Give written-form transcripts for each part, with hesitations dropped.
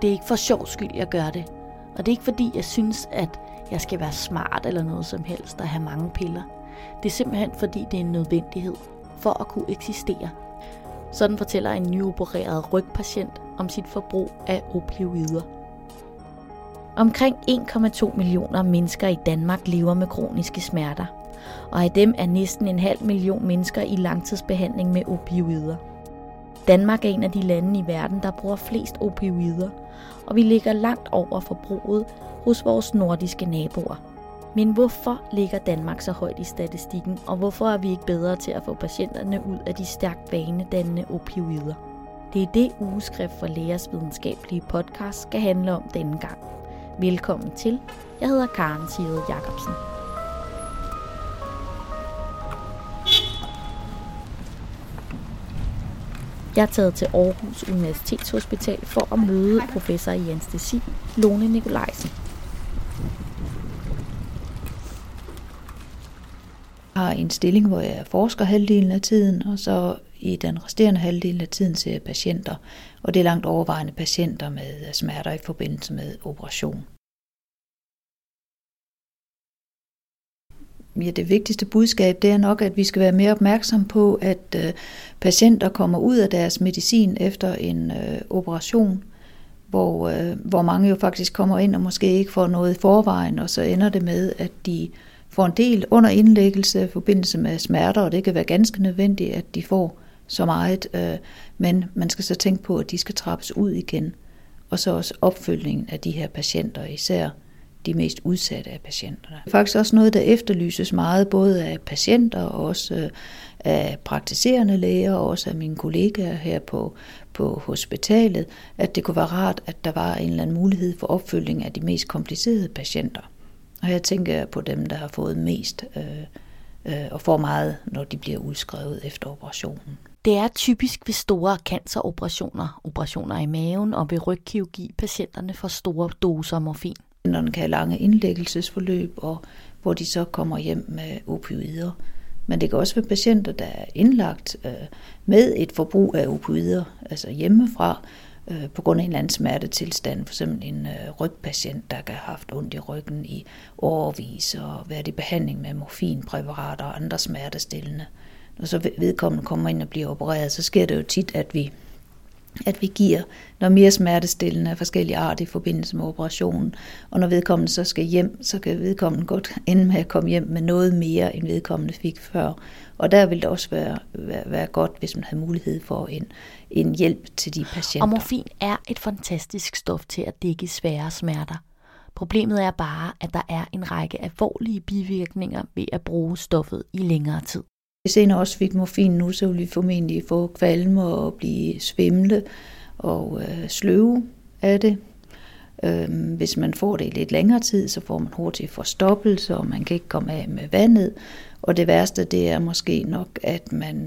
Det er ikke for sjov skyld, jeg gør det. Og det er ikke fordi, jeg synes, at jeg skal være smart eller noget som helst og have mange piller. Det er simpelthen fordi, det er en nødvendighed for at kunne eksistere. Sådan fortæller en nyopereret rygpatient om sit forbrug af opioider. Omkring 1,2 millioner mennesker i Danmark lever med kroniske smerter, og af dem er næsten 0,5 million mennesker i langtidsbehandling med opioider. Danmark er en af de lande i verden, der bruger flest opioider, og vi ligger langt over forbruget hos vores nordiske naboer. Men hvorfor ligger Danmark så højt i statistikken, og hvorfor er vi ikke bedre til at få patienterne ud af de stærkt vanedannende opioider? Det er det Ugeskrift for Lægers videnskabelige podcast skal handle om denne gang. Velkommen til. Jeg hedder Karen Sigrid Jacobsen. Jeg er taget til Aarhus Universitetshospital for at møde professor i anæstesi, Lone Nikolajsen. Jeg har en stilling, hvor jeg forsker halvdelen af tiden, og så i den resterende halvdel af tiden ser jeg patienter, og det er langt overvejende patienter med smerter i forbindelse med operation. Ja, det vigtigste budskab det er nok, at vi skal være mere opmærksom på, at patienter kommer ud af deres medicin efter en operation, hvor mange jo faktisk kommer ind og måske ikke får noget i forvejen, og så ender det med, at de får en del under indlæggelse i forbindelse med smerter, og det kan være ganske nødvendigt, at de får så meget, men man skal så tænke på, at de skal trappes ud igen, og så også opfølgningen af de her patienter, især de mest udsatte af patienterne. Det er faktisk også noget, der efterlyses meget, både af patienter og også af praktiserende læger og også af mine kollegaer her på hospitalet, at det kunne være rart, at der var en eller anden mulighed for opfølgning af de mest komplicerede patienter. Og jeg tænker på dem, der har fået mest og får meget, når de bliver udskrevet efter operationen. Det er typisk ved store canceroperationer, operationer i maven og ved rygkirurgi, patienterne får store doser morfin. Når den kan have lange indlæggelsesforløb, og hvor de så kommer hjem med opioider. Men det kan også være patienter, der er indlagt med et forbrug af opioider, altså hjemmefra, på grund af en eller anden smertetilstand, f.eks. en rygpatient, der kan have haft ondt i ryggen i årevis og været i behandling med morfinpræparater og andre smertestillende. Når så vedkommende kommer ind og bliver opereret, så sker det jo tit, at vi giver noget mere smertestillende af forskellige arter i forbindelse med operationen. Og når vedkommende så skal hjem, så kan vedkommende godt ende med at komme hjem med noget mere, end vedkommende fik før. Og der vil det også være godt, hvis man havde mulighed for en hjælp til de patienter. Og morfin er et fantastisk stof til at dække svære smerter. Problemet er bare, at der er en række alvorlige bivirkninger ved at bruge stoffet i længere tid. Hvis en også fik morfin nu, så ville vi formentlig få kvalme og blive svimle og sløve af det. Hvis man får det i lidt længere tid, så får man hurtigt forstoppelse, og man kan ikke komme af med vandet. Og det værste, det er måske nok, at man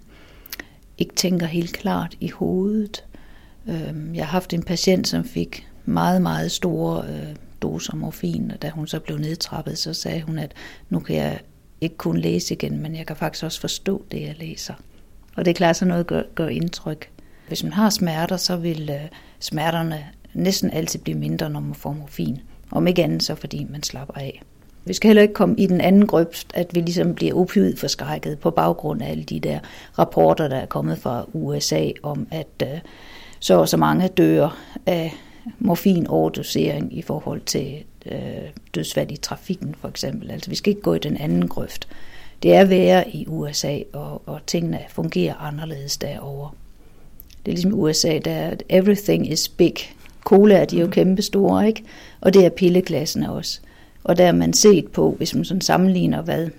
ikke tænker helt klart i hovedet. Jeg har haft en patient, som fik meget, meget store doser morfin, og da hun så blev nedtrappet, så sagde hun, at nu kan jeg ikke kun læse igen, men jeg kan faktisk også forstå det, jeg læser. Og det er klart, så noget gør indtryk. Hvis man har smerter, så vil smerterne næsten altid blive mindre, når man får morfin. Om ikke andet, så fordi man slapper af. Vi skal heller ikke komme i den anden grøft, at vi ligesom bliver opioidforskrækket på baggrund af alle de der rapporter, der er kommet fra USA, om at så mange dør af morfin-overdosering i forhold til dødsfald i trafikken for eksempel. Altså vi skal ikke gå i den anden grøft. Det er værre i USA, og tingene fungerer anderledes derovre. Det er ligesom i USA, der everything is big. Cola er de jo kæmpe store, ikke? Og det er pilleglassene også. Og der er man set på, hvis man sådan sammenligner,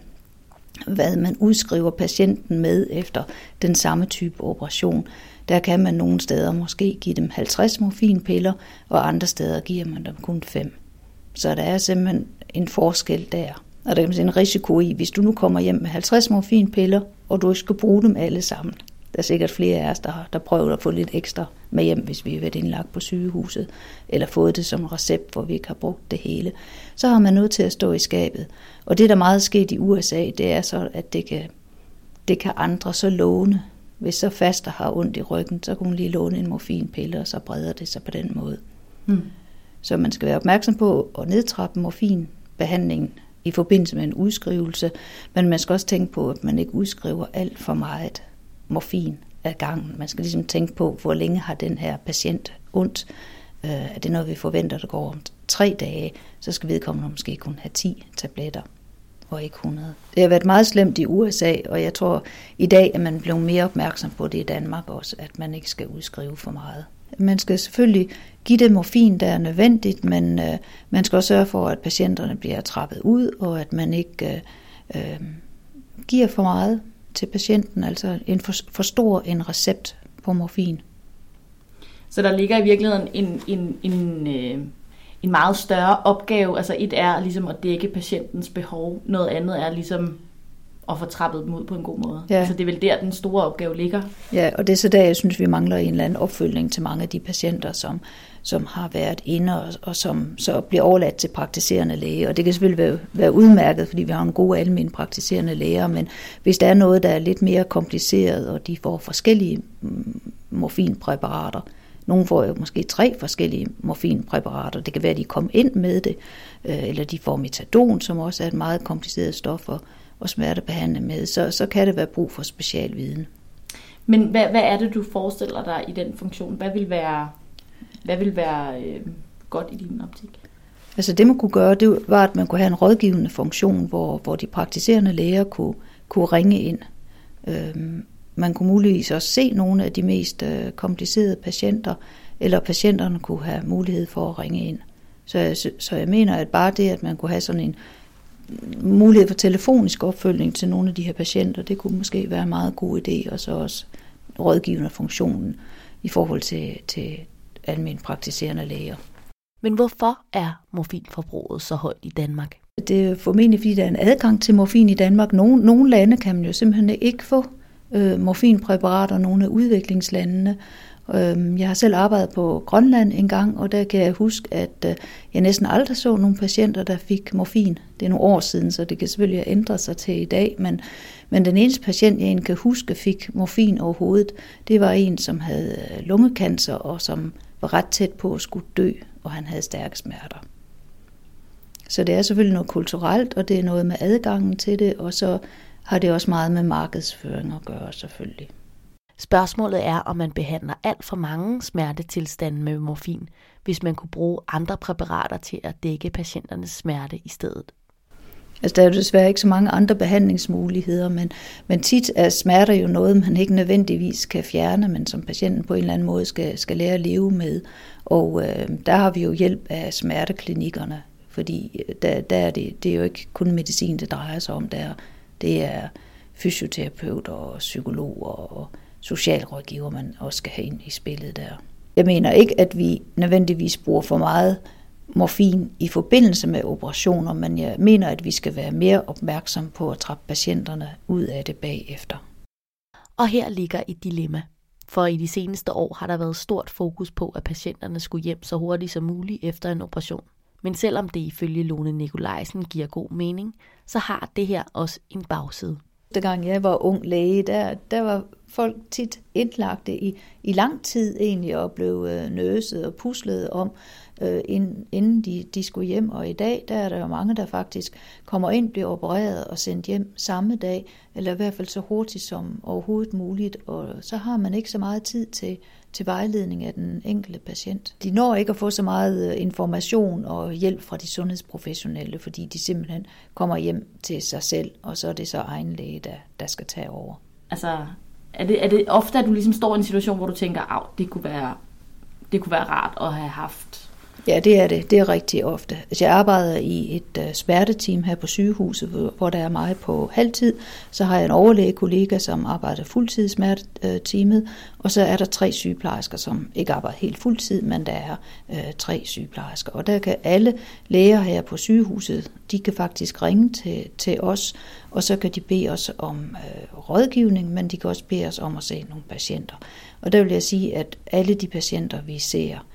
hvad man udskriver patienten med efter den samme type operation. Der kan man nogle steder måske give dem 50 morfinpiller, og andre steder giver man dem kun 5. Så der er simpelthen en forskel der. Og der er en risiko i, hvis du nu kommer hjem med 50 morfinpiller, og du skal bruge dem alle sammen. Der er sikkert flere af os, der prøver at få lidt ekstra med hjem, hvis vi har været indlagt på sygehuset, eller fået det som recept, hvor vi ikke har brugt det hele. Så har man nødt til at stå i skabet. Og det, der meget sket i USA, det er så, at det kan andre så låne. Hvis så faster har ondt i ryggen, så kan hun lige låne en morfinpille, og så breder det sig på den måde. Så man skal være opmærksom på at nedtrappe morfinbehandlingen i forbindelse med en udskrivelse, men man skal også tænke på, at man ikke udskriver alt for meget morfin ad gangen. Man skal ligesom tænke på, hvor længe har den her patient ondt. Er det noget, vi forventer, der går om 3 dage, så skal vedkommende måske kun have 10 tabletter og ikke 100. Det har været meget slemt i USA, og jeg tror i dag, at man bliver mere opmærksom på det i Danmark også, at man ikke skal udskrive for meget. Man skal selvfølgelig give det morfin, der er nødvendigt, men man skal også sørge for, at patienterne bliver trappet ud, og at man ikke giver for meget til patienten, altså for stor en recept på morfin. Så der ligger i virkeligheden en meget større opgave. Altså et er ligesom at dække patientens behov, noget andet er ligesom at få trappet dem ud på en god måde. Ja. Så det er vel der, den store opgave ligger. Ja, og det er så der, jeg synes, vi mangler en eller anden opfølgning til mange af de patienter, som har været inde, og som så bliver overladt til praktiserende læge. Og det kan selvfølgelig være udmærket, fordi vi har en god almen praktiserende læger, men hvis der er noget, der er lidt mere kompliceret, og de får forskellige morfinpræparater, nogle får jo måske 3 forskellige morfinpræparater. Det kan være, at de kommer ind med det, eller de får metadon, som også er et meget kompliceret stof og smertebehandle med. Så kan det være brug for specialviden. Men hvad er det, du forestiller dig i den funktion? Hvad vil være godt i din optik? Altså det, man kunne gøre, det var, at man kunne have en rådgivende funktion, hvor de praktiserende læger kunne ringe ind. Man kunne muligvis også se nogle af de mest komplicerede patienter, eller patienterne kunne have mulighed for at ringe ind. Så jeg mener, at bare det, at man kunne have sådan en mulighed for telefonisk opfølgning til nogle af de her patienter, det kunne måske være en meget god idé, og så også rådgivende funktionen i forhold til almen praktiserende læger. Men hvorfor er morfinforbruget så højt i Danmark? Det er formentlig, fordi der er en adgang til morfin i Danmark. Nogle lande kan man jo simpelthen ikke få morfinpræparater, nogle af udviklingslandene. Jeg har selv arbejdet på Grønland en gang, og der kan jeg huske, at jeg næsten aldrig så nogle patienter, der fik morfin. Det er nogle år siden, så det kan selvfølgelig have ændret sig til i dag, men den eneste patient, jeg kan huske, fik morfin overhovedet, det var en, som havde lungekancer, og som var ret tæt på at skulle dø, og han havde stærke smerter. Så det er selvfølgelig noget kulturelt, og det er noget med adgangen til det, og så har det også meget med markedsføring at gøre, selvfølgelig. Spørgsmålet er, om man behandler alt for mange smertetilstande med morfin, hvis man kunne bruge andre præparater til at dække patienternes smerte i stedet. Altså, der er jo desværre ikke så mange andre behandlingsmuligheder, men tit er smerter jo noget, man ikke nødvendigvis kan fjerne, men som patienten på en eller anden måde skal lære at leve med. Og der har vi jo hjælp af smerteklinikkerne, fordi der er det er jo ikke kun medicin, det drejer sig om der. Det er fysioterapeuter og psykologer og socialrådgiver, man også skal have ind i spillet der. Jeg mener ikke, at vi nødvendigvis bruger for meget morfin i forbindelse med operationer, men jeg mener, at vi skal være mere opmærksom på at trappe patienterne ud af det bagefter. Og her ligger et dilemma. For i de seneste år har der været stort fokus på, at patienterne skulle hjem så hurtigt som muligt efter en operation. Men selvom det ifølge Lone Nikolajsen giver god mening, så har det her også en bagside. Dengang jeg var ung læge, der var folk tit indlagte i lang tid egentlig og blev nøset og puslet om, inden de skulle hjem. Og i dag, der er der jo mange, der faktisk kommer ind, bliver opereret og sendt hjem samme dag, eller i hvert fald så hurtigt som overhovedet muligt. Og så har man ikke så meget tid til vejledning af den enkelte patient. De når ikke at få så meget information og hjælp fra de sundhedsprofessionelle, fordi de simpelthen kommer hjem til sig selv, og så er det så egen læge, der skal tage over. Altså, er det ofte, at du ligesom står i en situation, hvor du tænker, det kunne være rart at have haft? Ja, det er det. Det er rigtig ofte. Altså, jeg arbejder i et smerteteam her på sygehuset, hvor der er mig på halvtid. Så har jeg en overlægekollega, som arbejder fuldtid i smerteteamet, og så er der 3 sygeplejersker, som ikke arbejder helt fuldtid, men der er 3 sygeplejersker. Og der kan alle læger her på sygehuset, de kan faktisk ringe til os, og så kan de bede os om rådgivning, men de kan også bede os om at se nogle patienter. Og der vil jeg sige, at alle de patienter, vi ser,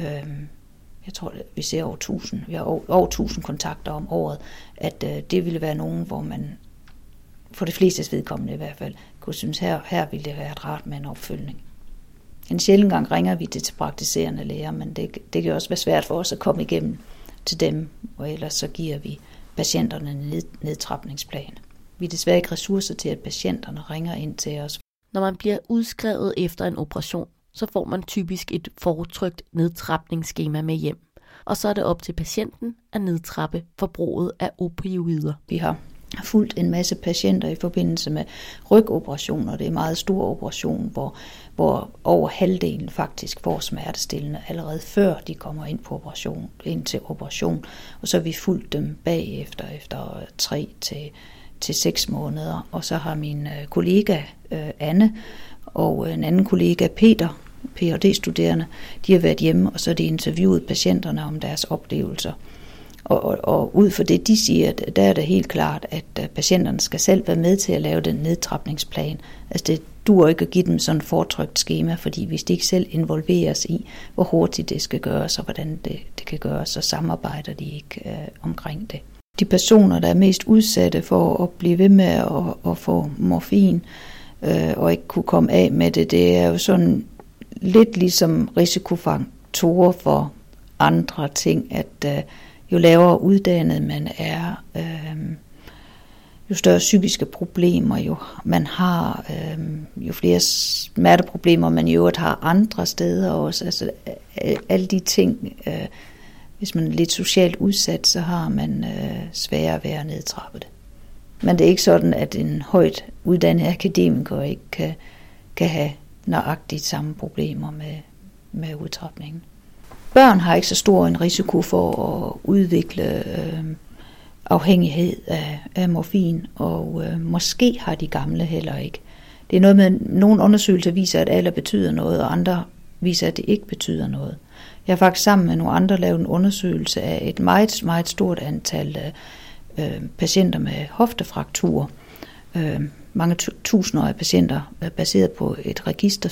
jeg tror, vi ser over 1000. Vi har over 1000 kontakter om året, at det ville være nogen, hvor man, for det fleste vedkommende i hvert fald, kunne synes, her ville det være rart med en opfølgning. En sjældent gang ringer vi det til praktiserende læger, men det kan også være svært for os at komme igennem til dem, og ellers så giver vi patienterne en nedtrapningsplan. Vi har desværre ikke ressourcer til, at patienterne ringer ind til os. Når man bliver udskrevet efter en operation, så får man typisk et fortrykt nedtrapningsskema med hjem. Og så er det op til patienten at nedtrappe forbruget af opioider. Vi har fulgt en masse patienter i forbindelse med rygoperationer. Det er en meget stor operation, hvor over halvdelen faktisk får smertestillende allerede før de kommer ind til operation. Og så har vi fulgt dem bagefter efter 3 til 6 måneder. Og så har min kollega Anne og en anden kollega Peter, Ph.D.-studerende, de har været hjemme, og så har de interviewet patienterne om deres oplevelser. Og ud fra det, de siger, der er det helt klart, at patienterne skal selv være med til at lave den nedtrapningsplan. Altså det duer ikke at give dem sådan et fortrykt skema, fordi hvis de ikke selv involveres i, hvor hurtigt det skal gøres, og hvordan det kan gøres, så samarbejder de ikke omkring det. De personer, der er mest udsatte for at blive ved med at få morfin, og ikke kunne komme af med det er jo sådan lidt ligesom risikofaktorer for andre ting, at jo lavere uddannet man er, jo større psykiske problemer jo man har, jo flere smerteproblemer man i øvrigt har andre steder også. Altså alle de ting, hvis man er lidt socialt udsat, så har man sværere ved at nedtrappe det. Men det er ikke sådan, at en højt uddannet akademiker ikke kan have nøjagtigt samme problemer med udtrapningen. Børn har ikke så stor en risiko for at udvikle afhængighed af morfin, og måske har de gamle heller ikke. Det er noget med, nogle undersøgelser viser, at alder betyder noget, og andre viser, at det ikke betyder noget. Jeg har faktisk sammen med nogle andre lavet en undersøgelse af et meget, meget stort antal patienter med hoftefrakturer. Mange tusindårige patienter baseret på et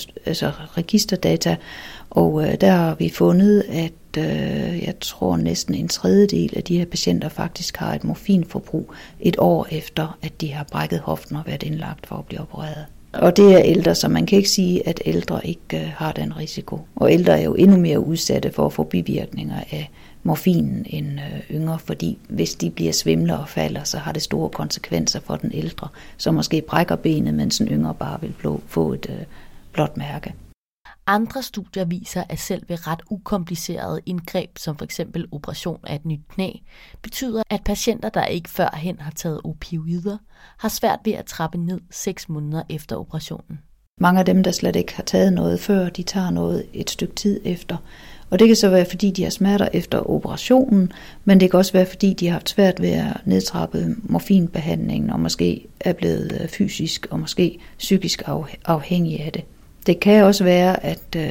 registerdata, og der har vi fundet, at jeg tror næsten en tredjedel af de her patienter faktisk har et morfinforbrug et år efter, at de har brækket hoften og været indlagt for at blive opereret. Og det er ældre, så man kan ikke sige, at ældre ikke har den risiko. Og ældre er jo endnu mere udsatte for at få bivirkninger af morfinen end yngre, fordi hvis de bliver svimler og falder, så har det store konsekvenser for den ældre, som måske brækker benet, mens en yngre bare vil få et blåt mærke. Andre studier viser, at selv ved ret ukomplicerede indgreb, som f.eks. operation af et nyt knæ, betyder, at patienter, der ikke førhen har taget opioider, har svært ved at trappe ned 6 måneder efter operationen. Mange af dem, der slet ikke har taget noget før, de tager noget et stykke tid efter. Og det kan så være, fordi de har smerter efter operationen, men det kan også være, fordi de har haft svært ved at nedtrappe morfinbehandlingen, og måske er blevet fysisk og måske psykisk afhængige af det. Det kan også være,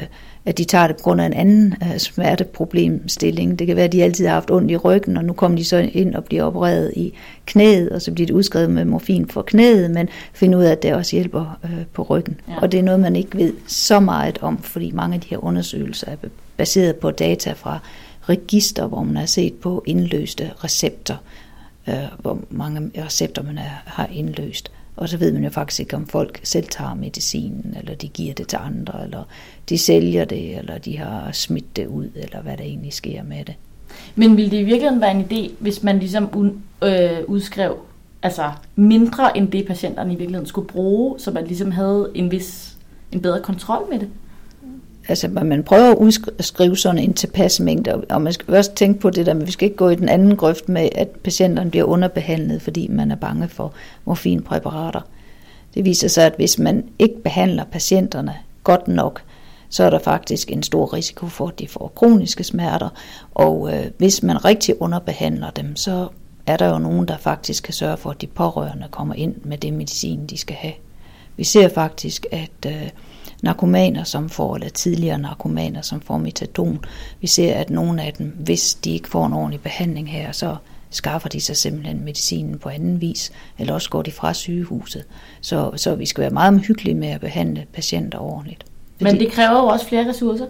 at de tager det på grund af en anden smerteproblemstilling. Det kan være, at de altid har haft ondt i ryggen, og nu kommer de så ind og bliver opereret i knæet, og så bliver de udskrevet med morfin for knæet, men finder ud af, at det også hjælper på ryggen. Ja. Og det er noget, man ikke ved så meget om, fordi mange af de her undersøgelser er baseret på data fra register, hvor man har set på indløste recepter, hvor mange recepter man har indløst. Og så ved man jo faktisk ikke, om folk selv tager medicinen, eller de giver det til andre, eller de sælger det, eller de har smidt det ud, eller hvad der egentlig sker med det. Men ville det i virkeligheden være en idé, hvis man ligesom udskrev altså mindre end det, patienterne i virkeligheden skulle bruge, så man ligesom havde en bedre kontrol med det? Altså, man prøver at udskrive sådan en tilpas mængde, og man skal også tænke på det der, men vi skal ikke gå i den anden grøft med, at patienterne bliver underbehandlet, fordi man er bange for morfinpræparater. Det viser sig, at hvis man ikke behandler patienterne godt nok, så er der faktisk en stor risiko for, at de får kroniske smerter, og hvis man rigtig underbehandler dem, så er der jo nogen, der faktisk kan sørge for, at de pårørende kommer ind med det medicin, de skal have. Vi ser faktisk, at narkomaner, som får, eller tidligere narkomaner, som får metadon, vi ser, at nogle af dem, hvis de ikke får en ordentlig behandling her, så skaffer de sig simpelthen medicinen på anden vis, eller også går de fra sygehuset. Så vi skal være meget omhyggelige med at behandle patienter ordentligt. Men det kræver jo også flere ressourcer?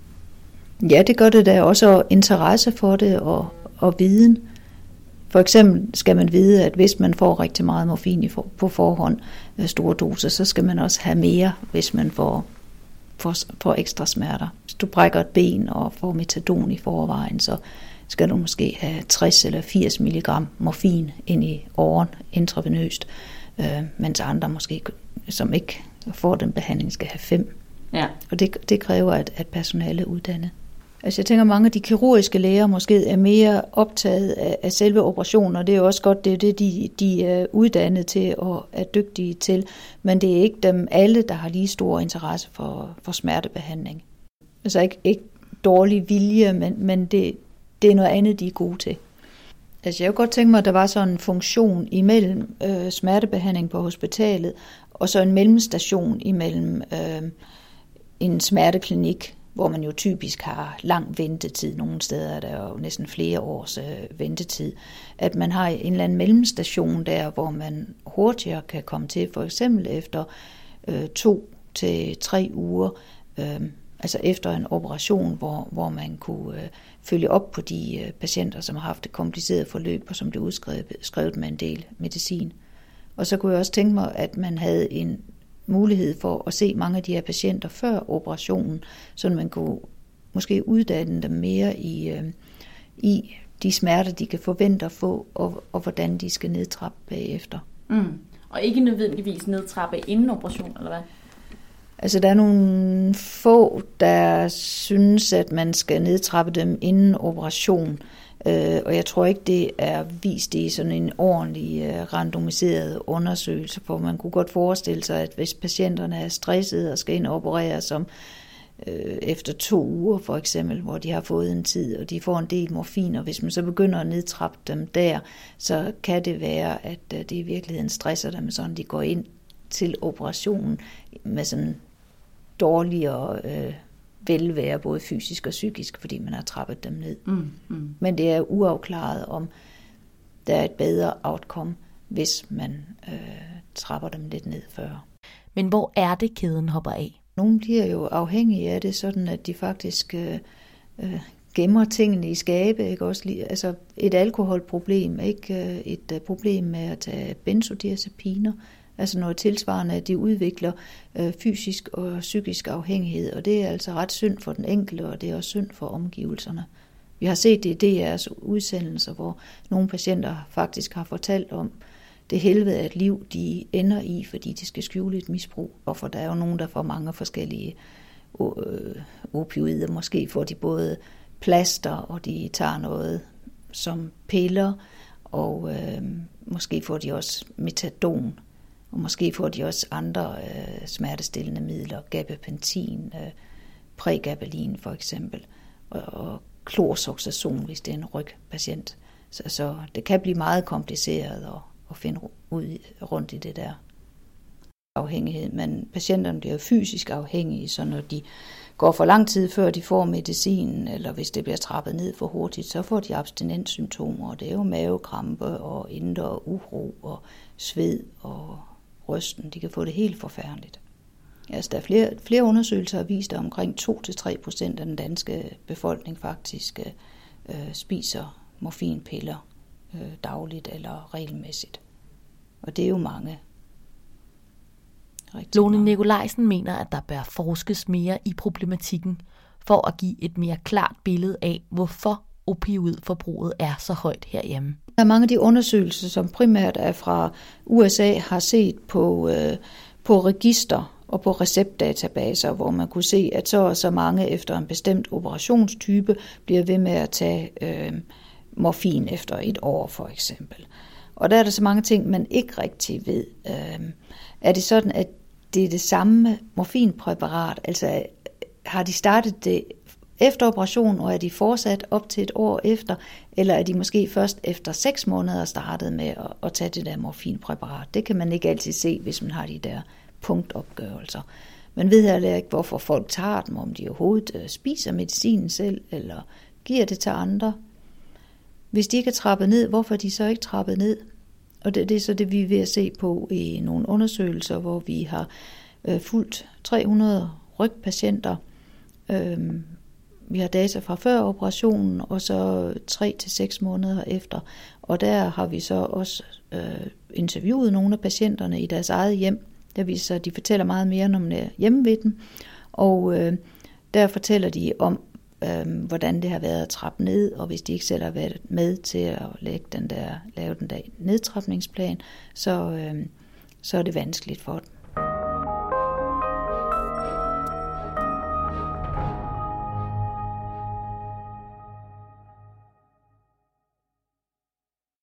Ja, det gør det da også, interesse for det og viden. For eksempel skal man vide, at hvis man får rigtig meget morfin på forhånd, store doser, så skal man også have mere, hvis man får får ekstra smerter. Hvis du brækker et ben og får metadon i forvejen, så skal du måske have 60 eller 80 mg morfin ind i åren intravenøst, mens andre måske, som ikke får den behandling, skal have 5. Ja. Og det kræver, at personale er uddannet. Altså jeg tænker, mange af de kirurgiske læger måske er mere optaget af selve operationen, og det er jo også godt, det er det, de er uddannet til og er dygtige til, men det er ikke dem alle, der har lige stor interesse for smertebehandling. Altså ikke dårlig vilje, men det er noget andet, de er gode til. Altså jeg kunne godt tænke mig, at der var sådan en funktion imellem smertebehandling på hospitalet, og så en mellemstation imellem en smerteklinik, hvor man jo typisk har lang ventetid. Nogle steder er der jo næsten flere års ventetid. At man har en eller anden mellemstation der, hvor man hurtigere kan komme til, for eksempel efter 2 til 3 uger, altså efter en operation, hvor man kunne følge op på de patienter, som har haft et kompliceret forløb, og som blev udskrevet med en del medicin. Og så kunne jeg også tænke mig, at man havde en mulighed for at se mange af de her patienter før operationen, så man kunne måske uddanne dem mere i de smerter, de kan forvente at få, og hvordan de skal nedtrappe bagefter. Og ikke nødvendigvis nedtrappe inden operation, eller hvad? Altså der er nogle få, der synes, at man skal nedtrappe dem inden operation, og jeg tror ikke, det er vist i sådan en ordentlig randomiseret undersøgelse, for man kunne godt forestille sig, at hvis patienterne er stressede og skal ind og operere som efter 2 uger for eksempel, hvor de har fået en tid, og de får en del morfin, og hvis man så begynder at nedtrappe dem der, så kan det være, at det i virkeligheden stresser dem, sådan de går ind til operationen med sådan dårligere velvære, både fysisk og psykisk, fordi man har trappet dem ned. Men det er uafklaret, om der er et bedre outcome, hvis man trapper dem lidt ned før. Men hvor er det, kæden hopper af? Nogle bliver jo afhængige af det, sådan at de faktisk gemmer tingene i skabe. Ikke? Også altså et alkoholproblem, ikke et problem med at tage benzodiazepiner, altså noget tilsvarende, at de udvikler fysisk og psykisk afhængighed, og det er altså ret synd for den enkelte, og det er også synd for omgivelserne. Vi har set det i DR's udsendelser, hvor nogle patienter faktisk har fortalt om det helvede af et liv, de ender i, fordi de skal skjule et misbrug, og for der er jo nogen, der får mange forskellige opioider. Måske får de både plaster, og de tager noget som piller, og måske får de også metadon, og måske får de også andre smertestillende midler, gabapentin, pregabalin for eksempel, og klorsuxazon, hvis det er en rygpatient. Så det kan blive meget kompliceret at finde rundt i det der afhængighed. Men patienterne bliver fysisk afhængige, så når de går for lang tid før de får medicinen, eller hvis det bliver trappet ned for hurtigt, så får de abstinenssymptomer, og det er jo mavekrampe og indre uro og sved og rysten. De kan få det helt forfærdeligt. Altså, der er flere undersøgelser, der har vist, at omkring 2-3% af den danske befolkning faktisk spiser morfinpiller dagligt eller regelmæssigt. Og det er jo mange. Lone Nikolajsen mener, at der bør forskes mere i problematikken, for at give et mere klart billede af, hvorfor opioidforbruget er så højt herhjemme. Der er mange af de undersøgelser, som primært er fra USA, har set på register og på receptdatabaser, hvor man kunne se, at så mange efter en bestemt operationstype bliver ved med at tage morfin efter 1 år for eksempel. Og der er der så mange ting, man ikke rigtig ved. Er det sådan, at det er det samme morfinpræparat? Altså har de startet det efter operationen, og er de fortsat op til 1 år efter? Eller er de måske først efter 6 måneder startet med at tage det der morfinpræparat? Det kan man ikke altid se, hvis man har de der punktopgørelser. Man ved heller ikke, hvorfor folk tager dem, om de overhovedet spiser medicinen selv, eller giver det til andre. Hvis de ikke er trappet ned, hvorfor er de så ikke trappet ned? Og det er så det, vi er ved at se på i nogle undersøgelser, hvor vi har fulgt 300 rygpatienter. Vi har data fra før operationen, og så 3 til 6 måneder efter. Og der har vi så også interviewet nogle af patienterne i deres eget hjem. Der viser sig, at de fortæller meget mere, når man er hjemme ved dem. Og der fortæller de om, hvordan det har været at trappe ned, og hvis de ikke selv har været med til at lave den der nedtrapningsplan, så er det vanskeligt for dem.